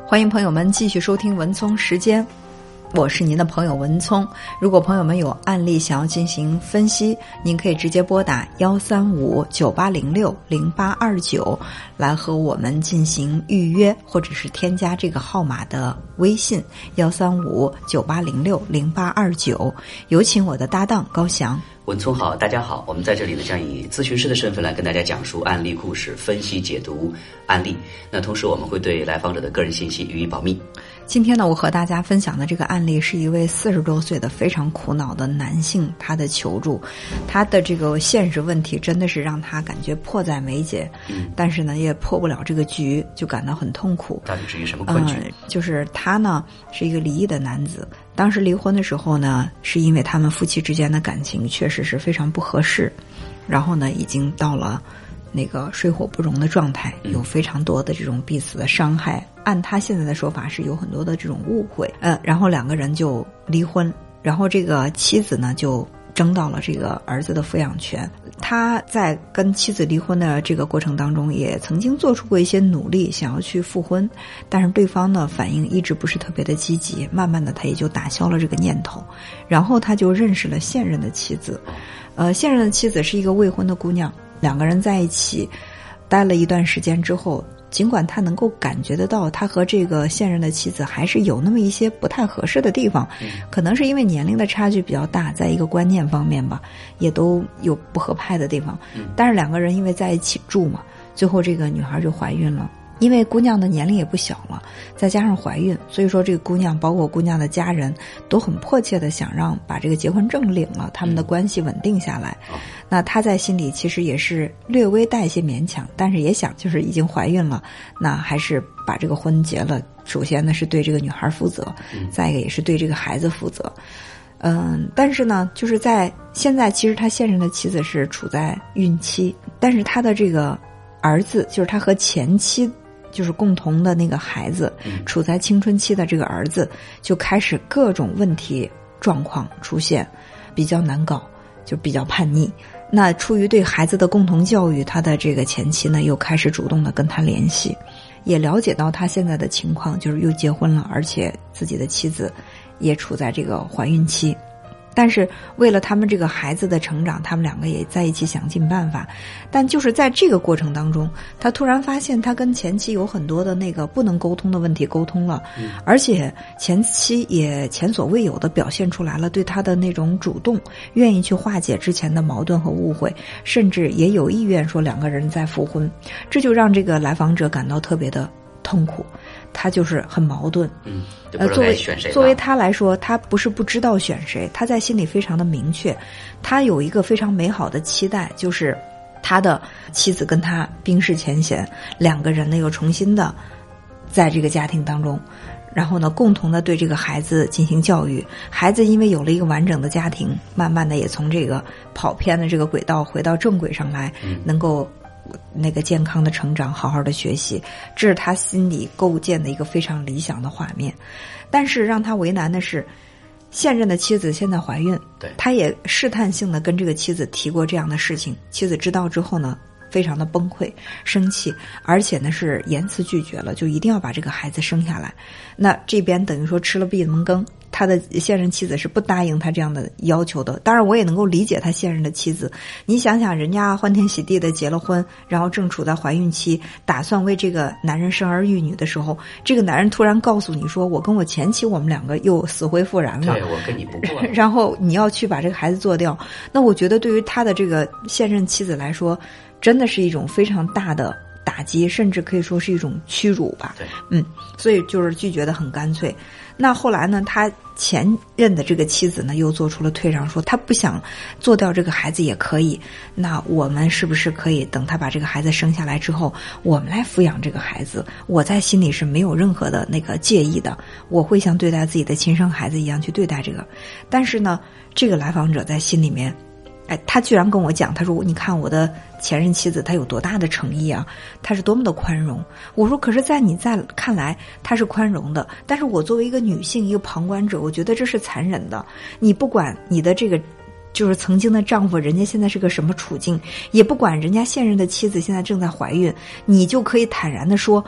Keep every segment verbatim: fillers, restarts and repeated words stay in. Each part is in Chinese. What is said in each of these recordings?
欢迎朋友们继续收听文聪时间，我是您的朋友文聪。如果朋友们有案例想要进行分析，您可以直接拨打幺三五九八零六零八二九来和我们进行预约，或者是添加这个号码的微信幺三五九八零六零八二九。有请我的搭档高翔。 文聪好，大家好，我们在这里呢将以咨询师的身份来跟大家讲述案例故事，分析解读案例。那同时我们会对来访者的个人信息予以保密。 今天呢，我和大家分享的这个案例是一位四十多岁的非常苦恼的男性，他的求助，他的这个现实问题真的是让他感觉迫在眉睫，嗯，但是呢也破不了这个局，就感到很痛苦。 到底是一个什么困局？ 嗯，就是他呢是一个离异的男子，当时离婚的时候呢，是因为他们夫妻之间的感情确实是非常不合适，然后呢已经到了那个水火不容的状态，有非常多的这种彼此的伤害，按他现在的说法是有很多的这种误会，呃，然后两个人就离婚，然后这个妻子呢就争到了这个儿子的抚养权。他在跟妻子离婚的这个过程当中，也曾经做出过一些努力，想要去复婚，但是对方呢反应一直不是特别的积极，慢慢的他也就打消了这个念头。然后他就认识了现任的妻子，呃，现任的妻子是一个未婚的姑娘，两个人在一起待了一段时间之后，尽管他能够感觉得到他和这个现任的妻子还是有那么一些不太合适的地方，可能是因为年龄的差距比较大，在一个观念方面吧也都有不合拍的地方，但是两个人因为在一起住嘛，最后这个女孩就怀孕了。因为姑娘的年龄也不小了，再加上怀孕，所以说这个姑娘包括姑娘的家人都很迫切的想让把这个结婚证领了，他们的关系稳定下来。嗯，那她在心里其实也是略微带一些勉强，但是也想就是已经怀孕了，那还是把这个婚结了。首先呢是对这个女孩负责，再一个也是对这个孩子负责。嗯，但是呢就是在现在其实他现任的妻子是处在孕期，但是他的这个儿子就是他和前妻就是共同的那个孩子，处在青春期的这个儿子就开始各种问题状况出现，比较难搞，就比较叛逆。那出于对孩子的共同教育，他的这个前妻呢又开始主动的跟他联系，也了解到他现在的情况，就是又结婚了，而且自己的妻子也处在这个怀孕期。但是为了他们这个孩子的成长，他们两个也在一起想尽办法。但就是在这个过程当中，他突然发现他跟前妻有很多的那个不能沟通的问题沟通了，嗯，而且前妻也前所未有的表现出来了对他的那种主动，愿意去化解之前的矛盾和误会，甚至也有意愿说两个人再复婚。这就让这个来访者感到特别的痛苦，他就是很矛盾。 嗯，呃， 作为作为他来说，他不是不知道选谁，他在心里非常的明确，他有一个非常美好的期待，就是他的妻子跟他冰释前嫌，两个人呢又重新的在这个家庭当中，然后呢共同的对这个孩子进行教育。孩子因为有了一个完整的家庭，慢慢的也从这个跑偏的这个轨道回到正轨上来，能够那个健康的成长，好好的学习，这是他心里构建的一个非常理想的画面。但是让他为难的是，现任的妻子现在怀孕，对，他也试探性的跟这个妻子提过这样的事情，妻子知道之后呢非常的崩溃生气，而且呢是严词拒绝了，就一定要把这个孩子生下来。那这边等于说吃了闭门羹，他的现任妻子是不答应他这样的要求的。当然我也能够理解他现任的妻子，你想想人家欢天喜地的结了婚，然后正处在怀孕期，打算为这个男人生儿育女的时候，这个男人突然告诉你说我跟我前妻我们两个又死灰复燃了， 对，我跟你不过了， 然后你要去把这个孩子做掉。那我觉得对于他的这个现任妻子来说，真的是一种非常大的打击，甚至可以说是一种屈辱吧。 对， 嗯，所以就是拒绝的很干脆。那后来呢，他前任的这个妻子呢又做出了退让，说他不想做掉这个孩子也可以，那我们是不是可以等他把这个孩子生下来之后，我们来抚养这个孩子，我在心里是没有任何的那个介意的，我会像对待自己的亲生孩子一样去对待这个。但是呢，这个来访者在心里面，哎，他居然跟我讲，他说你看我的前任妻子她有多大的诚意啊，她是多么的宽容。我说可是在你在看来她是宽容的，但是我作为一个女性，一个旁观者，我觉得这是残忍的。你不管你的这个就是曾经的丈夫人家现在是个什么处境，也不管人家现任的妻子现在正在怀孕，你就可以坦然地说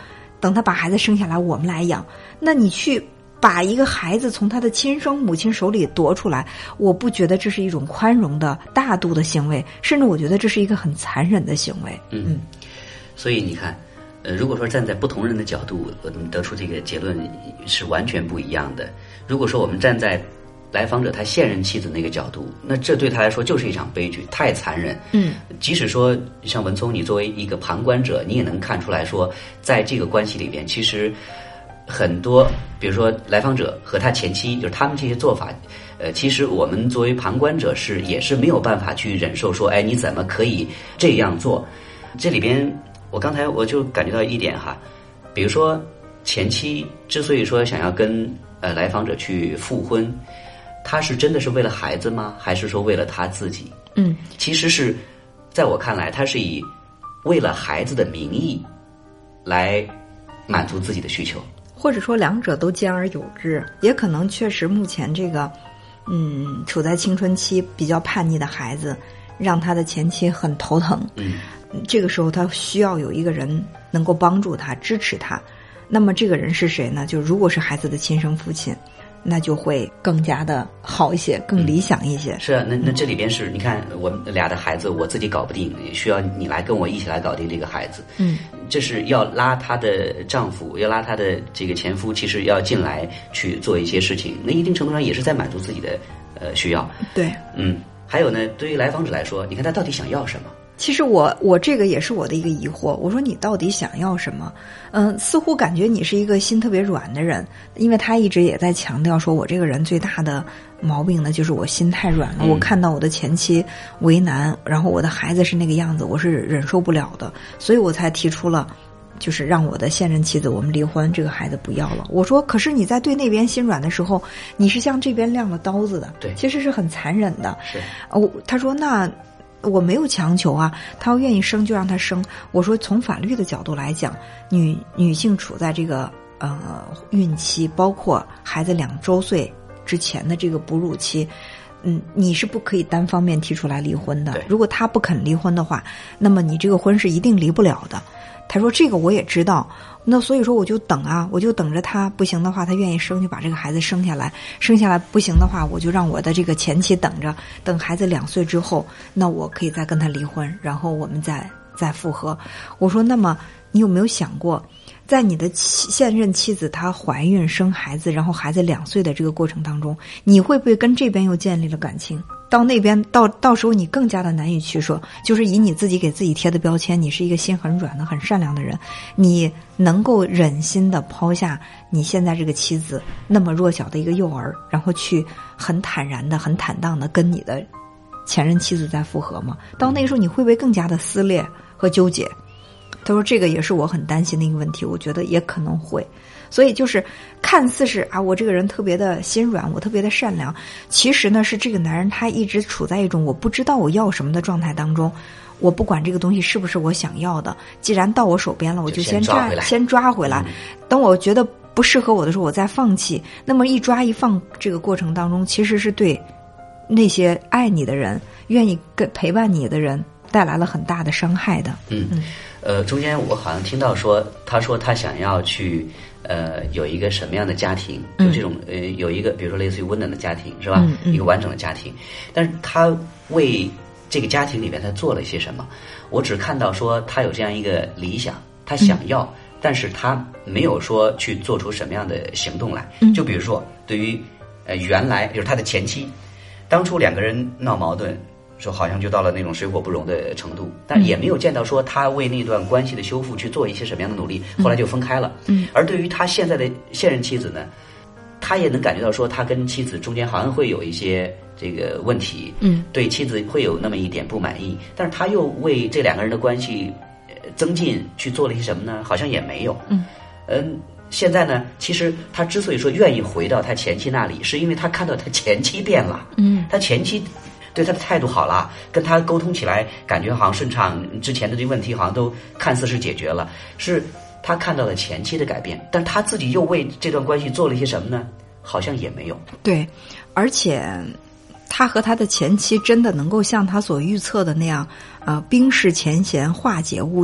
等他把孩子生下来我们来养。那你去把一个孩子从他的亲生母亲手里夺出来，我不觉得这是一种宽容的大度的行为，甚至我觉得这是一个很残忍的行为。 嗯，嗯所以你看呃，如果说站在不同人的角度，我们得出这个结论是完全不一样的。如果说我们站在来访者他现任妻子那个角度，那这对他来说就是一场悲剧，太残忍。 嗯， 即使说像文聪，你作为一个旁观者，你也能看出来说，在这个关系里边，其实很多，比如说来访者和他前妻，就是他们这些做法，呃，其实我们作为旁观者是也是没有办法去忍受说，哎，你怎么可以这样做？这里边，我刚才我就感觉到一点哈，比如说前妻之所以说想要跟呃来访者去复婚。他是真的是为了孩子吗？还是说为了他自己？ 嗯， 其实是在我看来，他是以为了孩子的名义来满足自己的需求， 或者说两者都兼而有之，也可能确实目前这个嗯处在青春期比较叛逆的孩子，让他的前妻很头疼。 嗯， 这个时候他需要有一个人能够帮助他、支持他。那么这个人是谁呢？就如果是孩子的亲生父亲。那就会更加的好一些，更理想一些。 嗯、是啊，那那这里边是你看我们俩的孩子，我自己搞不定，需要你来跟我一起来搞定这个孩子。 嗯， 这是要拉她的丈夫，要拉她的这个前夫，其实要进来去做一些事情，那一定程度上也是在满足自己的呃需要。 对， 嗯，还有呢，对于来访者来说，你看他到底想要什么？ 其实我我这个也是我的一个疑惑，我说你到底想要什么？嗯，似乎感觉你是一个心特别软的人，因为他一直也在强调说我这个人最大的毛病呢就是我心太软了、嗯、我看到我的前妻为难，然后我的孩子是那个样子，我是忍受不了的，所以我才提出了就是让我的现任妻子我们离婚，这个孩子不要了。我说可是你在对那边心软的时候，你是向这边亮了刀子的， 对， 其实是很残忍的。 是哦，他说那我没有强求啊，他要愿意生就让他生。我说从法律的角度来讲，女女性处在这个呃孕期，包括孩子两周岁之前的这个哺乳期，嗯，你是不可以单方面提出来离婚的。如果他不肯离婚的话，那么你这个婚是一定离不了的。他说这个我也知道，那所以说我就等啊，我就等着他不行的话，他愿意生就把这个孩子生下来，生下来不行的话，我就让我的这个前妻等着，等孩子两岁之后，那我可以再跟他离婚，然后我们再再复合。我说那么你有没有想过，在你的现任妻子她怀孕生孩子，然后孩子两岁的这个过程当中，你会不会跟这边又建立了感情？到那边到到时候你更加的难以取舍，就是以你自己给自己贴的标签，你是一个心很软的很善良的人，你能够忍心的抛下你现在这个妻子那么弱小的一个幼儿，然后去很坦然的很坦荡的跟你的前任妻子再复合吗？到那个时候你会不会更加的撕裂和纠结？他说这个也是我很担心的一个问题，我觉得也可能会。所以就是看似是啊，我这个人特别的心软，我特别的善良，其实呢是这个男人他一直处在一种我不知道我要什么的状态当中，我不管这个东西是不是我想要的，既然到我手边了，我就先抓先抓回来，等我觉得不适合我的时候我再放弃。那么一抓一放这个过程当中，其实是对那些爱你的人愿意跟陪伴你的人带来了很大的伤害的。 嗯嗯，呃，中间我好像听到说，他说他想要去呃有一个什么样的家庭，就这种呃有一个比如说类似于温暖的家庭是吧、嗯嗯、一个完整的家庭，但是他为这个家庭里面他做了一些什么？我只看到说他有这样一个理想，他想要、嗯、但是他没有说去做出什么样的行动来。就比如说对于呃原来就是他的前妻，当初两个人闹矛盾说好像就到了那种水火不容的程度，但也没有见到说他为那段关系的修复去做一些什么样的努力，后来就分开了。嗯，而对于他现在的现任妻子呢，他也能感觉到说他跟妻子中间好像会有一些这个问题，嗯，对妻子会有那么一点不满意，但是他又为这两个人的关系增进去做了一些什么呢？好像也没有。嗯嗯，现在呢，其实他之所以说愿意回到他前妻那里，是因为他看到他前妻变了。嗯，他前妻对他的态度好了，跟他沟通起来感觉好像顺畅，之前的这个问题好像都看似是解决了，是他看到了前妻的改变，但他自己又为这段关系做了一些什么呢？好像也没有。对，而且他和他的前妻真的能够像他所预测的那样，呃，冰释前嫌，化解误解，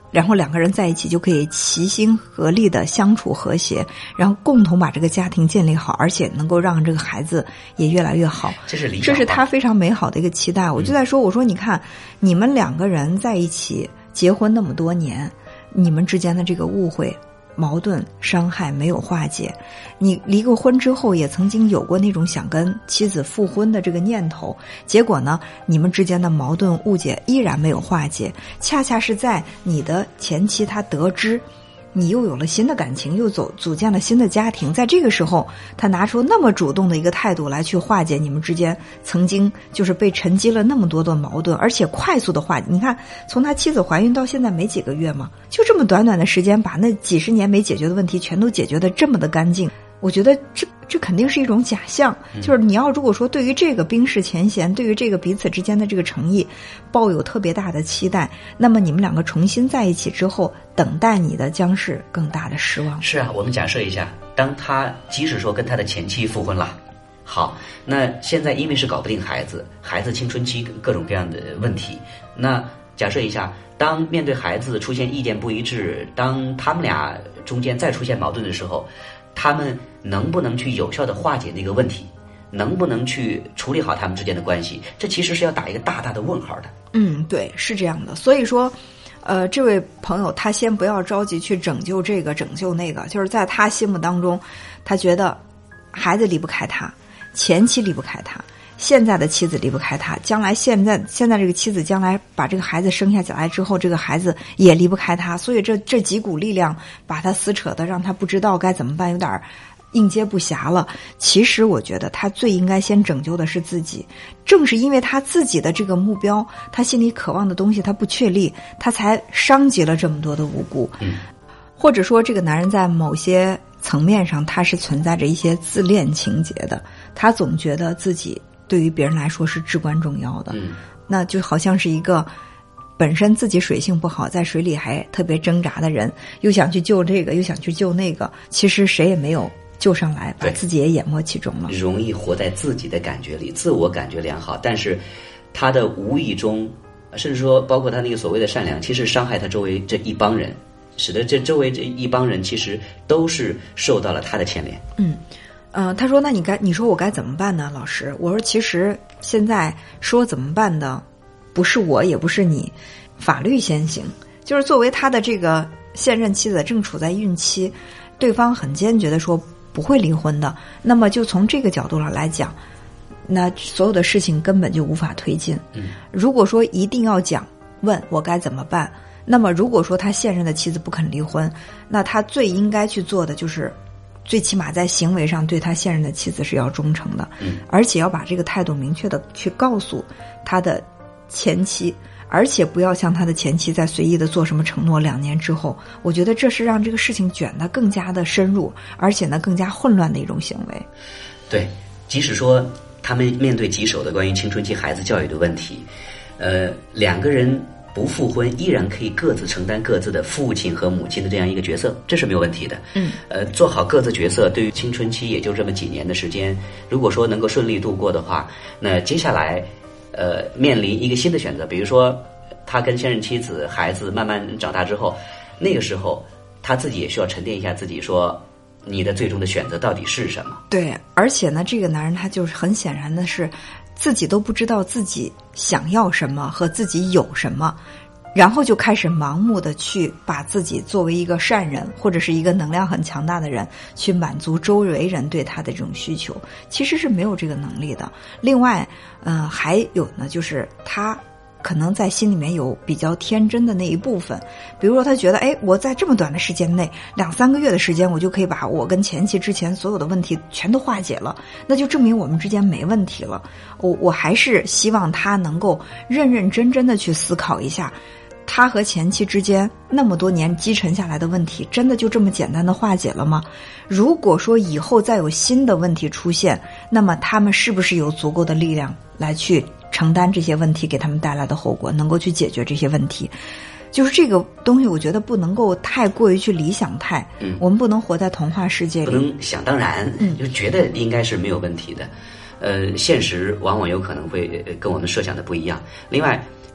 然后两个人在一起就可以齐心合力的相处和谐，然后共同把这个家庭建立好，而且能够让这个孩子也越来越好。 这是理想， 这是他非常美好的一个期待。我就在说，我说你看，你们两个人在一起结婚那么多年，你们之间的这个误会、矛盾、伤害没有化解，你离过婚之后也曾经有过那种想跟妻子复婚的这个念头，结果呢，你们之间的矛盾误解依然没有化解，恰恰是在你的前妻她得知你又有了新的感情，又走组建了新的家庭，在这个时候他拿出那么主动的一个态度来去化解你们之间曾经就是被沉积了那么多的矛盾，而且快速的化解。你看从他妻子怀孕到现在没几个月嘛，就这么短短的时间把那几十年没解决的问题全都解决得这么的干净。我觉得这这肯定是一种假象，就是你要如果说对于这个冰释前嫌，对于这个彼此之间的这个诚意抱有特别大的期待，那么你们两个重新在一起之后，等待你的将是更大的失望。 是啊，我们假设一下，当他即使说跟他的前妻复婚了，好，那现在因为是搞不定孩子，孩子青春期各种各样的问题，那假设一下，当面对孩子出现意见不一致，当他们俩中间再出现矛盾的时候，他们能不能去有效的化解那个问题，能不能去处理好他们之间的关系，这其实是要打一个大大的问号的。 嗯，对，是这样的。所以说呃，这位朋友他先不要着急去拯救这个拯救那个，就是在他心目当中，他觉得孩子离不开他，前妻离不开他，现在的妻子离不开他，将来现在现在这个妻子将来把这个孩子生下来之后，这个孩子也离不开他，所以这这几股力量把他撕扯的让他不知道该怎么办，有点应接不暇了。其实我觉得他最应该先拯救的是自己，正是因为他自己的这个目标，他心里渴望的东西他不确立，他才伤及了这么多的无辜。 嗯， 或者说这个男人在某些层面上他是存在着一些自恋情节的，他总觉得自己对于别人来说是至关重要的。 嗯， 那就好像是一个本身自己水性不好，在水里还特别挣扎的人，又想去救这个又想去救那个，其实谁也没有救上来，把自己也淹没其中了。 容易活在自己的感觉里，自我感觉良好，但是他的无意中，甚至说包括他那个所谓的善良，其实伤害他周围这一帮人，使得这周围这一帮人其实都是受到了他的牵连。 嗯，呃，他说那你该你说我该怎么办呢，老师？我说其实现在说怎么办的不是我也不是你，法律先行。就是作为他的这个现任妻子正处在孕期，对方很坚决的说不会离婚的，那么就从这个角度上来讲，那所有的事情根本就无法推进。 嗯， 如果说一定要讲问我该怎么办，那么如果说他现任的妻子不肯离婚，那他最应该去做的就是最起码在行为上对他现任的妻子是要忠诚的。 嗯， 而且要把这个态度明确的去告诉他的前妻，而且不要像他的前妻在随意的做什么承诺，两年之后，我觉得这是让这个事情卷得更加的深入，而且呢更加混乱的一种行为。 对，即使说他们面对棘手的关于青春期孩子教育的问题，呃，两个人不复婚依然可以各自承担各自的父亲和母亲的这样一个角色，这是没有问题的。 嗯， 呃，做好各自角色，对于青春期也就这么几年的时间，如果说能够顺利度过的话，那接下来呃面临一个新的选择，比如说他跟现任妻子孩子慢慢长大之后，那个时候他自己也需要沉淀一下自己，说你的最终的选择到底是什么。 对，而且呢这个男人他就是很显然的是自己都不知道自己想要什么和自己有什么，然后就开始盲目的去把自己作为一个善人或者是一个能量很强大的人去满足周围人对他的这种需求，其实是没有这个能力的。另外呃，还有呢就是他可能在心里面有比较天真的那一部分，比如说他觉得哎，我在这么短的时间内两三个月的时间我就可以把我跟前妻之前所有的问题全都化解了，那就证明我们之间没问题了。我我还是希望他能够认认真真的去思考一下，他和前妻之间那么多年积沉下来的问题真的就这么简单的化解了吗？如果说以后再有新的问题出现，那么他们是不是有足够的力量来去承担这些问题给他们带来的后果，能够去解决这些问题？就是这个东西我觉得不能够太过于去理想态。 嗯， 我们不能活在童话世界里， 不能想当然， 嗯， 就觉得应该是没有问题的。呃，现实往往有可能会跟我们设想的不一样。另外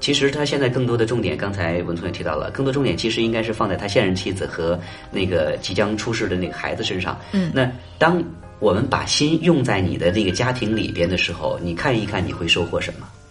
其实他现在更多的重点，刚才文聪也提到了，更多重点其实应该是放在他现任妻子和那个即将出世的那个孩子身上。 嗯， 那当我们把心用在你的这个家庭里边的时候，你看一看你会收获什么？